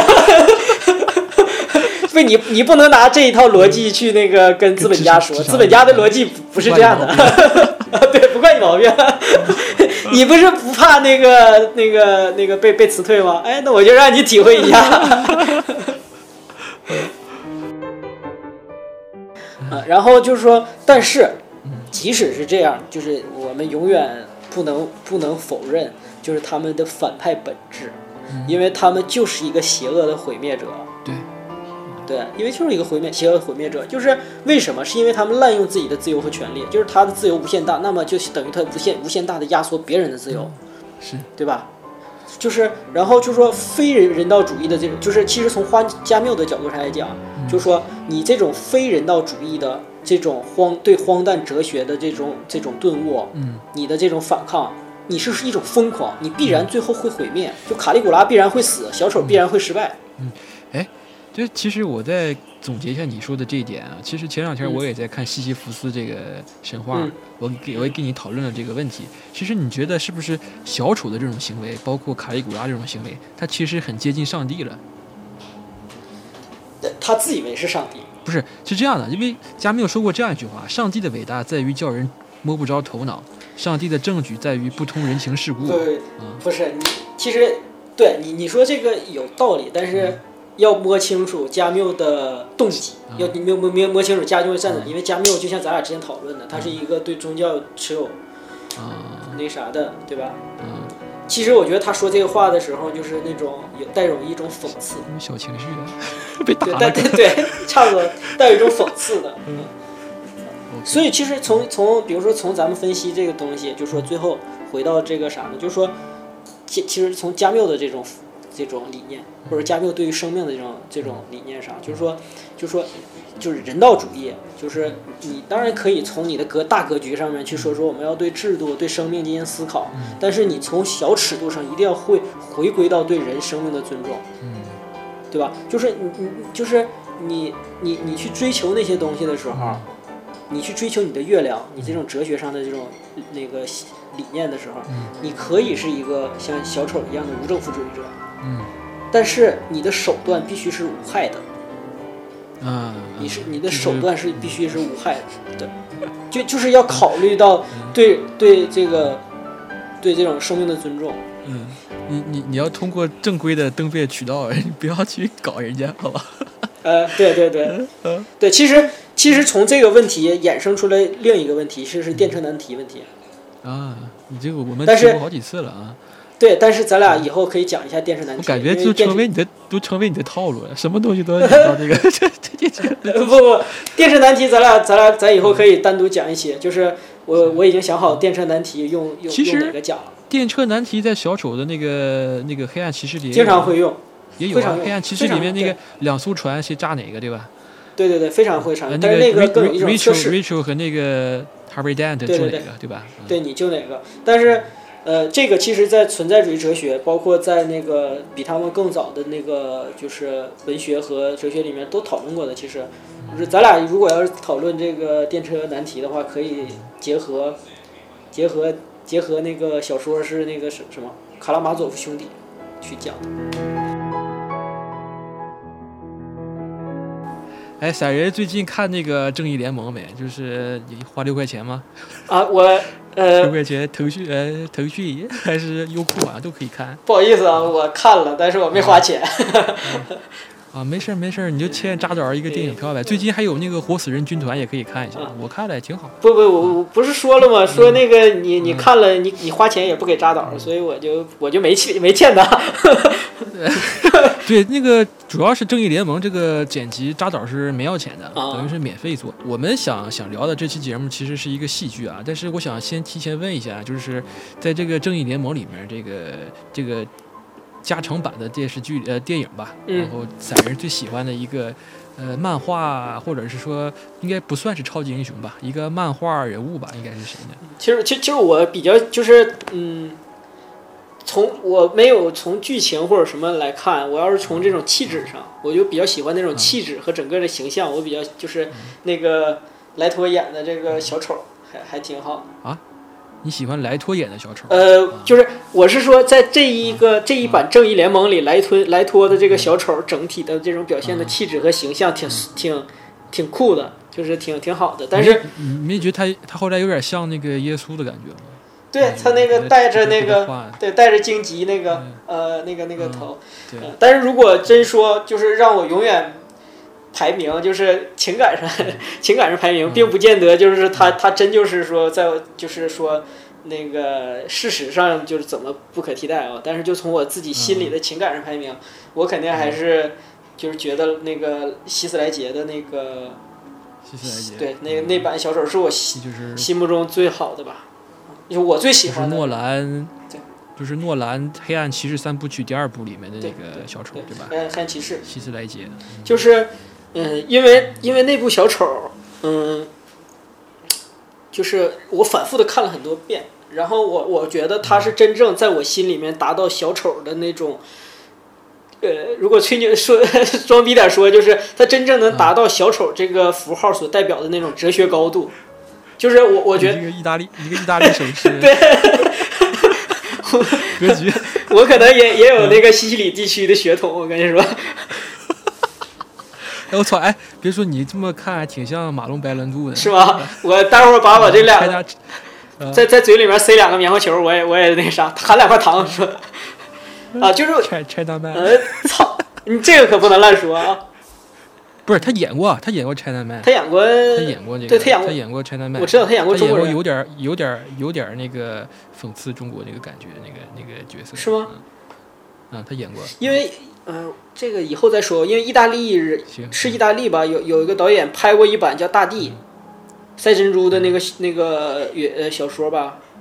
[SPEAKER 2] 不，你你不能拿这一套逻辑去那个跟资本家说，资本家的逻辑不是这样的。对，不怪你毛病。你不是不怕那个那个那个被被辞退吗？哎，那我就让你体会一下。啊，然后就是说，但是即使是这样，就是我们永远不能不能否认，就是他们的反派本质，因为他们就是一个邪恶的毁灭者。
[SPEAKER 1] 对。
[SPEAKER 2] 对，因为就是一个毁灭邪恶毁灭者，就是为什么？是因为他们滥用自己的自由和权利，就是他的自由无限大，那么就等于他无限无限大的压缩别人的自由，
[SPEAKER 1] 是
[SPEAKER 2] 对吧？就是然后就说非人人道主义的这种，就是其实从花加缪的角度上来讲，嗯、就是说你这种非人道主义的这种荒对荒诞哲学的这种这种顿悟，
[SPEAKER 1] 嗯，
[SPEAKER 2] 你的这种反抗，你是一种疯狂，你必然最后会毁灭，就卡利古拉必然会死，小丑必然会失败，
[SPEAKER 1] 嗯，哎。就其实我在总结一下你说的这一点啊，其实前两天我也在看西西弗斯这个神话，
[SPEAKER 2] 嗯、
[SPEAKER 1] 我给我也跟你讨论了这个问题。其实你觉得是不是小丑的这种行为，包括卡利古拉这种行为，他其实很接近上帝了？
[SPEAKER 2] 他自以为是上帝？
[SPEAKER 1] 不是，是这样的，因为加缪说过这样一句话：上帝的伟大在于叫人摸不着头脑，上帝的证据在于不通人情世故。
[SPEAKER 2] 对，
[SPEAKER 1] 嗯、
[SPEAKER 2] 不是你，其实对你你说这个有道理，但是。嗯要摸清楚加缪的动机，
[SPEAKER 1] 嗯、
[SPEAKER 2] 要摸摸摸摸清楚加缪的站点，嗯、因为加缪就像咱俩之前讨论的，他是一个对宗教持有，
[SPEAKER 1] 嗯、
[SPEAKER 2] 那啥的，对吧？
[SPEAKER 1] 嗯。
[SPEAKER 2] 其实我觉得他说这个话的时候，就是那种有带有一种讽刺，
[SPEAKER 1] 有小情绪的，被打了。
[SPEAKER 2] 对对对，差不多带有一种讽刺的。
[SPEAKER 1] 嗯。
[SPEAKER 2] 所以其实从从比如说从咱们分析这个东西，就说最后回到这个啥呢？就是说，其其实从加缪的这种。 这种理念，或者加缪对于生命的这种这种理念上，就是说，就是说，就是人道主义，就是你当然可以从你的格大格局上面去说说我们要对制度、对生命进行思考，但是你从小尺度上一定要会回归到对人生命的尊重，对吧？就是你你就是你你你去追求那些东西的时候，你去追求你的月亮，你这种哲学上的这种那个理念的时候，你可以是一个像小丑一样的无政府主义者。
[SPEAKER 1] 嗯，
[SPEAKER 2] 但是你的手段必须是无害的，
[SPEAKER 1] 啊，
[SPEAKER 2] 你是你的手段是必须是无害的，就就是要考虑到对对这个对这种生命的尊重。
[SPEAKER 1] 嗯，你你你要通过正规的登贝渠道，你不要去搞人家，好吧？
[SPEAKER 2] 呃，对对对，对，其实其实从这个问题衍生出来另一个问题是是电车难题问题。
[SPEAKER 1] 啊，你这个我们
[SPEAKER 2] 但是
[SPEAKER 1] 提过好几次了啊。
[SPEAKER 2] 对，但是咱俩以后可以讲一下电车难题。
[SPEAKER 1] 我感觉就成为你的都成为你的套路了，什么东西都要讲到这个这这电车。
[SPEAKER 2] 不不，电车难题咱俩咱俩咱以后可以单独讲一些，就是我我已经想好电车难题用用用哪个讲了。
[SPEAKER 1] 电车难题在小丑的那个那个黑暗骑士里
[SPEAKER 2] 经常会用，
[SPEAKER 1] 也有啊。黑暗骑士里面那个两艘船谁炸哪个，对吧？
[SPEAKER 2] 对对对，非常会常用。
[SPEAKER 1] 但
[SPEAKER 2] 是那个更有一种测试。
[SPEAKER 1] Rachel 和那个 Harvey Dent 救哪个，对吧？
[SPEAKER 2] 对，你救哪个？但是。呃，这个其实，在存在主义哲学，包括在那个比他们更早的那个就是文学和哲学里面都讨论过的。其实，就是咱俩如果要是讨论这个电车难题的话，可以结合结合结合那个小说是那个什什么卡拉马佐夫兄弟去讲的。
[SPEAKER 1] 哎，散人最近看那个《正义联盟》没？就是你花六块钱吗？
[SPEAKER 2] 啊，我呃，
[SPEAKER 1] 六块钱，腾讯呃，腾讯还是优酷啊，都可以看。
[SPEAKER 2] 不好意思啊，我看了，但是我没花钱。
[SPEAKER 1] 嗯、啊，没事没事，你就欠扎导一个电影票呗。最近还有那个《活死人军团》也可以看一下，啊、我看了也挺好。
[SPEAKER 2] 不不，我我不是说了吗？说那个你你看了，你你花钱也不给扎导，所以我就我就没欠没欠他。
[SPEAKER 1] 对，那个主要是《正义联盟》这个剪辑，扎导是没要钱的，
[SPEAKER 2] 啊、
[SPEAKER 1] 等于是免费做。我们想想聊的这期节目其实是一个戏剧啊，但是我想先提前问一下，就是在这个《正义联盟》里面，这个这个加长版的电视剧呃电影吧，然后散人最喜欢的一个呃漫画，或者是说应该不算是超级英雄吧，一个漫画人物吧，应该是谁呢？
[SPEAKER 2] 其实其实其实我比较就是嗯。从我没有从剧情或者什么来看，我要是从这种气质上，我就比较喜欢那种气质和整个的形象，我比较就是那个莱托演的这个小丑还还挺好
[SPEAKER 1] 啊。你喜欢莱托演的小丑？
[SPEAKER 2] 呃，就是我是说，在这一个这一版正义联盟里，莱托莱托的这个小丑整体的这种表现的气质和形象挺挺挺酷的，就是挺挺好的。但是
[SPEAKER 1] 你没觉得他他后来有点像那个耶稣的感觉吗？
[SPEAKER 2] 对他那个带着那个，对带着荆棘那个，呃，那个那个头，
[SPEAKER 1] 对。
[SPEAKER 2] 但是如果真说，就是让我永远排名，就是情感上，情感上排名，并不见得就是他他真就是说在就是说那个事实上就是怎么不可替代啊。但是就从我自己心里的情感上排名，我肯定还是就是觉得那个希斯莱杰的那个，
[SPEAKER 1] 希斯莱杰
[SPEAKER 2] 对那个那版小丑是我心目中最好的吧。就是我最喜欢的，
[SPEAKER 1] 就是诺兰，就是诺兰《黑暗骑士》三部曲第二部里面的那个小丑， 对, 对, 对吧？
[SPEAKER 2] 黑暗黑暗骑士，
[SPEAKER 1] 希斯莱杰，
[SPEAKER 2] 就是，嗯，因为因为那部小丑，嗯，就是我反复的看了很多遍，然后我我觉得他是真正在我心里面达到小丑的那种，呃，如果吹牛说装逼点说，就是他真正能达到小丑这个符号所代表的那种哲学高度。就是我，我觉得
[SPEAKER 1] 一个意大利，一个意大利手势，
[SPEAKER 2] 对，
[SPEAKER 1] 格局。
[SPEAKER 2] 我可能也也有那个西西里地区的血统，我跟你说。
[SPEAKER 1] 哎，我操！哎，别说你这么看，还挺像马龙白兰度的，
[SPEAKER 2] 是吗？我待会儿把我这两个在在嘴里面塞两个棉花球，我也我也那啥，含两块糖说。啊，就是
[SPEAKER 1] 拆拆大麦。
[SPEAKER 2] 呃，操！你这个可不能乱说啊。
[SPEAKER 1] 不是他演过，他演过 China Man，
[SPEAKER 2] 他演过，
[SPEAKER 1] 他演过这个，
[SPEAKER 2] 对他演过，
[SPEAKER 1] 他演过 China Man，
[SPEAKER 2] 我知道他演过中国人，
[SPEAKER 1] 他演过有点有点有点那个讽刺中国那个感觉，那个那个角色
[SPEAKER 2] 是吗？
[SPEAKER 1] 嗯，啊，他演过。
[SPEAKER 2] 因为嗯、呃，这个以后再说，因为意大利是意大利吧，有有一个导演拍过一版叫《大地》，赛珍珠的那个那个呃小说吧，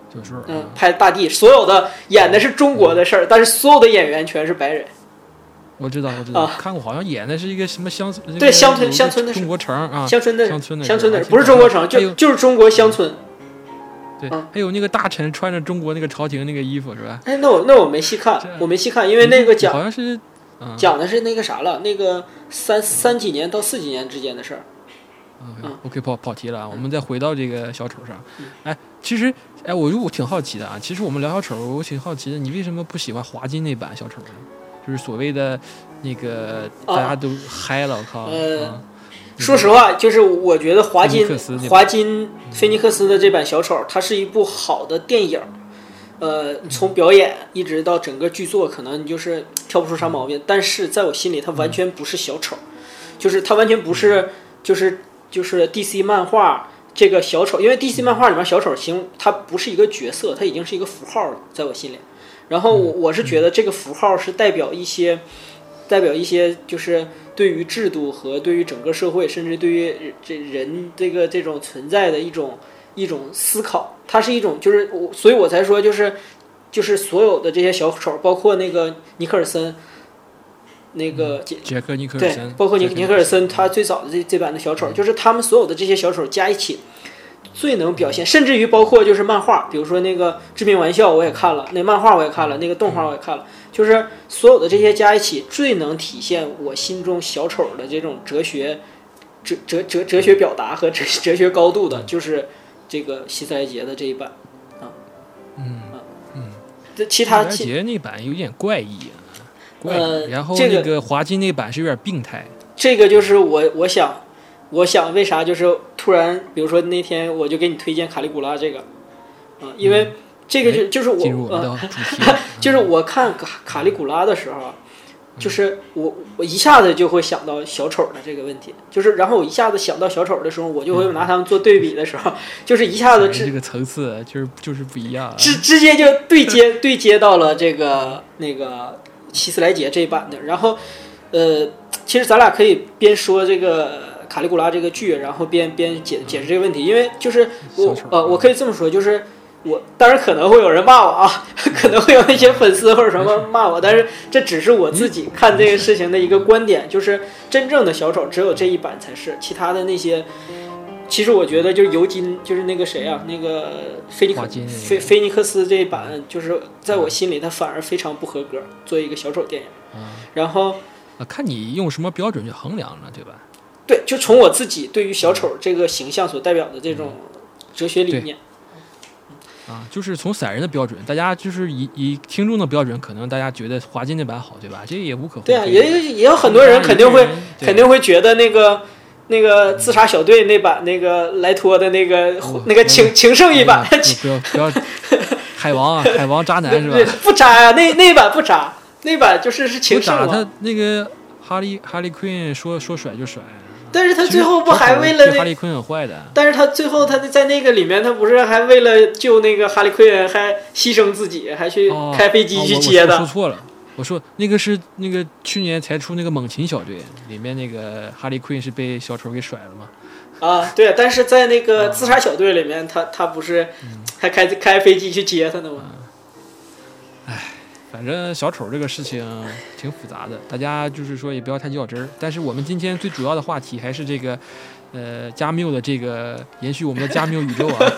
[SPEAKER 1] 小时候，
[SPEAKER 2] 嗯，拍大地，所有的演的是中国的事儿，但是所有的演员全是白人。
[SPEAKER 1] 我知道，我知道，
[SPEAKER 2] 啊、
[SPEAKER 1] 看过，好像演的是一个什么乡村，
[SPEAKER 2] 对乡村乡村的
[SPEAKER 1] 中国城啊，
[SPEAKER 2] 乡村的
[SPEAKER 1] 乡村的
[SPEAKER 2] 乡村的，不是中国城，就就是中国乡村。
[SPEAKER 1] 对，嗯、还有那个大臣穿着中国那个朝廷那个衣服是吧？
[SPEAKER 2] 哎，那我那我没细看，我没细看，因为那个讲
[SPEAKER 1] 好像是、嗯、
[SPEAKER 2] 讲的是那个啥了，那个三三几年到四几年之间的事儿。
[SPEAKER 1] 嗯 ，OK， 跑跑题了啊，我们再回到这个小丑上。哎，其实，哎，我我挺好奇的啊。其实我们聊小丑，我挺好奇的，你为什么不喜欢华金那版小丑呢？就是所谓的那个大家都嗨了，我靠。
[SPEAKER 2] 呃、
[SPEAKER 1] 啊，
[SPEAKER 2] 说实话，就是我觉得华金华金菲尼克斯的这版小丑，它是一部好的电影。呃，从表演一直到整个剧作，可能你就是挑不出啥毛病。但是在我心里，它完全不是小丑，就是它完全不是，就是就是 D C 漫画这个小丑，因为 D C 漫画里面小丑形它不是一个角色，它已经是一个符号了，在我心里。然后我我是觉得这个符号是代表一些，代表一些就是对于制度和对于整个社会，甚至对于这人这个这种存在的一种一种思考。它是一种就是我，所以我才说就是就是所有的这些小丑，包括那个尼克尔森。那个
[SPEAKER 1] 杰克尼克尔森，
[SPEAKER 2] 对，包括尼尼克尔森，他最早的这这版的小丑，就是他们所有的这些小丑加一起，最能表现，甚至于包括就是漫画，比如说那个《致命玩笑》我也看了，那漫画我也看了，那个动画我也看了，就是所有的这些加一起，最能体现我心中小丑的这种哲学、哲哲哲哲学表达和哲哲学高度的，就是这个希斯莱杰的这一版啊，
[SPEAKER 1] 嗯嗯，
[SPEAKER 2] 这其他
[SPEAKER 1] 希斯莱杰那版有点怪异啊。
[SPEAKER 2] 呃，
[SPEAKER 1] 然后那个华金那版是有点病态。
[SPEAKER 2] 这个就是我我想，我想为啥就是突然，比如说那天我就给你推荐卡利古拉这个，啊、呃，因为这个就、
[SPEAKER 1] 嗯、
[SPEAKER 2] 就是我呃，就是我看卡卡利古拉的时候，就是我我一下子就会想到小丑的这个问题，就是然后我一下子想到小丑的时候，我就会拿他们做对比的时候，就是一下子
[SPEAKER 1] 这个层次就是就是不一样、啊，
[SPEAKER 2] 直直接就对接对接到了这个那个。希斯莱杰这一版的，然后，呃，其实咱俩可以边说这个卡利古拉这个剧，然后边边解解释这个问题，因为就是我呃，我可以这么说，就是我当然可能会有人骂我啊，可能会有那些粉丝或者什么骂我，但是这只是我自己看这个事情的一个观点，就是真正的小丑只有这一版才是，其他的那些。其实我觉得就是尤金，就是那个谁啊，那个菲尼克菲菲尼克斯这一版，就是在我心里他反而非常不合格，作为一个小丑电影。
[SPEAKER 1] 嗯、
[SPEAKER 2] 然后
[SPEAKER 1] 啊，看你用什么标准去衡量了，对吧？
[SPEAKER 2] 对，就从我自己对于小丑这个形象所代表的这种哲学理念。
[SPEAKER 1] 啊，就是从散人的标准，大家就是以以听众的标准，可能大家觉得华金那版好，对吧？这也无可厚非。
[SPEAKER 2] 对啊，也也有很多人肯定会肯定会觉得那个。那个自杀小队那版，那个莱托的那个、哦、那个情情圣一版，
[SPEAKER 1] 不要不要，海王啊，海王渣男是吧？
[SPEAKER 2] 对，不渣呀、啊，那那版不渣，那版就是是情圣王。
[SPEAKER 1] 他那个哈利哈利奎恩说说甩就甩，
[SPEAKER 2] 但是他最后不还为了那
[SPEAKER 1] 哈利奎恩很坏的？
[SPEAKER 2] 但是他最后他在那个里面，他不是还为了救那个哈利奎恩，还牺牲自己，还去开飞机去接的？
[SPEAKER 1] 哦哦、我说错了。我说那个是那个去年才出那个猛禽小队里面那个哈利奎恩是被小丑给甩了吗？
[SPEAKER 2] 啊，对，但是在那个自杀小队里面，他他不是还开开飞机去接他的吗？
[SPEAKER 1] 哎、嗯，反正小丑这个事情挺复杂的，大家就是说也不要太较真儿。但是我们今天最主要的话题还是这个，呃，加缪的这个延续我们的加缪宇宙啊。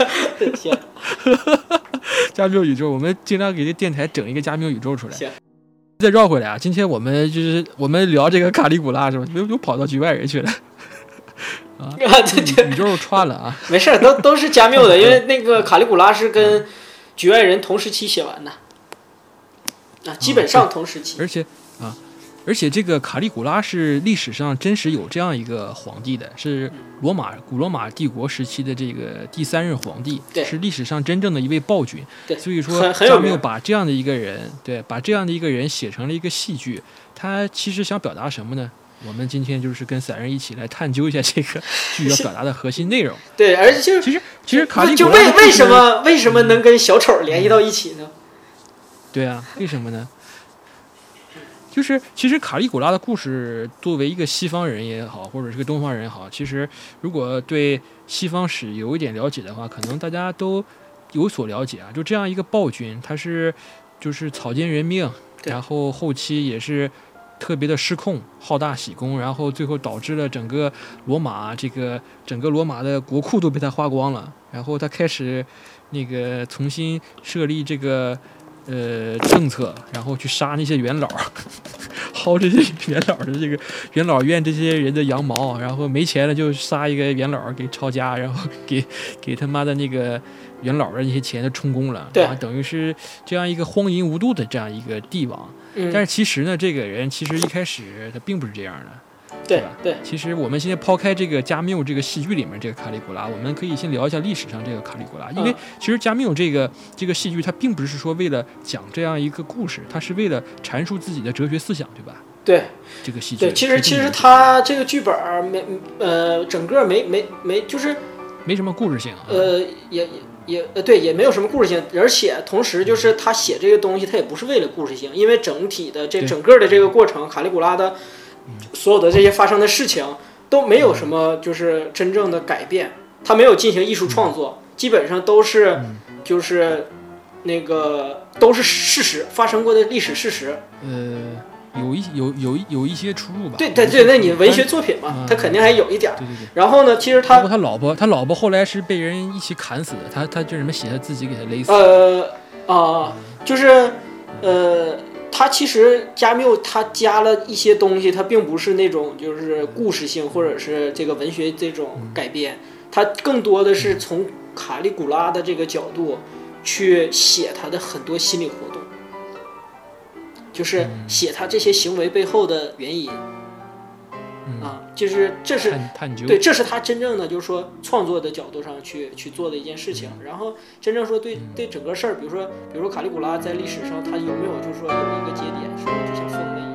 [SPEAKER 1] 加缪宇宙，我们经常给这电台整一个加缪宇宙出来。再绕回来啊！今天我们就是我们聊这个卡利古拉是吧？又又跑到局外人去了啊！宇宙串了啊！
[SPEAKER 2] 没事，都都是加缪的，因为那个卡利古拉是跟局外人同时期写完的啊，基本上同时期。
[SPEAKER 1] 而且啊，而且这个卡利古拉是历史上真实有这样一个皇帝的，是罗马古罗马帝国时期的这个第三任皇帝，是历史上真正的一位暴君。所以说加缪把这样的一个人，对，把这样的一个人写成了一个戏剧，他其实想表达什么呢？我们今天就是跟散人一起来探究一下这个剧要表达的核心内容。
[SPEAKER 2] 对，而且就是
[SPEAKER 1] 其实其实卡利
[SPEAKER 2] 古拉就为为什么为什么能跟小丑联系到一起呢？
[SPEAKER 1] 对啊，为什么呢？就是其实卡利古拉的故事，作为一个西方人也好，或者是个东方人也好，其实如果对西方史有一点了解的话，可能大家都有所了解啊，就这样一个暴君，他是就是草菅人命，然后后期也是特别的失控，好大喜功，然后最后导致了整个罗马这个整个罗马的国库都被他花光了，然后他开始那个重新设立这个呃政策，然后去杀那些元老，薅这些元老的这个元老院这些人的羊毛，然后没钱了就杀一个元老给抄家，然后给给他妈的那个元老的那些钱都充公了，
[SPEAKER 2] 对，
[SPEAKER 1] 等于是这样一个荒淫无度的这样一个帝王。
[SPEAKER 2] 嗯、
[SPEAKER 1] 但是其实呢，这个人其实一开始他并不是这样的，
[SPEAKER 2] 对
[SPEAKER 1] 吧？
[SPEAKER 2] 对。
[SPEAKER 1] 其实我们现在抛开这个加缪这个戏剧里面这个卡里古拉，我们可以先聊一下历史上这个卡里古拉，因为其实加缪这个这个戏剧它并不是说为了讲这样一个故事，它是为了阐述自己的哲学思想，对吧？
[SPEAKER 2] 对，
[SPEAKER 1] 这个戏剧。
[SPEAKER 2] 对，其实其实他这个剧本没呃整个没没没就是
[SPEAKER 1] 没什么故事性、啊。
[SPEAKER 2] 呃，也也呃对，也没有什么故事性，而且同时就是他写这个东西，他也不是为了故事性，因为整体的这整个的这个过程，卡里古拉的所有的这些发生的事情都没有什么就是真正的改变，他没有进行艺术创作，基本上都是就是那个都是事实发生过的历史事实。
[SPEAKER 1] 呃。有一有有有一些出入吧？
[SPEAKER 2] 对对对，那你文学作品嘛，他肯定还有一点。
[SPEAKER 1] 对对对。
[SPEAKER 2] 然后呢，其实他
[SPEAKER 1] 包括他老婆，他老婆后来是被人一起砍死的，他他就什么写他自己给他勒死。
[SPEAKER 2] 呃啊、呃，就是呃，他其实加缪他加了一些东西，他并不是那种就是故事性或者是这个文学这种改编，他更多的是从卡里古拉的这个角度去写他的很多心理活动。就是写他这些行为背后的原因，
[SPEAKER 1] 嗯、
[SPEAKER 2] 啊，就是这是
[SPEAKER 1] 探究，
[SPEAKER 2] 对，这是他真正的就是说创作的角度上去去做的一件事情。然后真正说对对整个事儿，比如说比如说卡里古拉在历史上他有没有就是说有一个节点是我之前封的。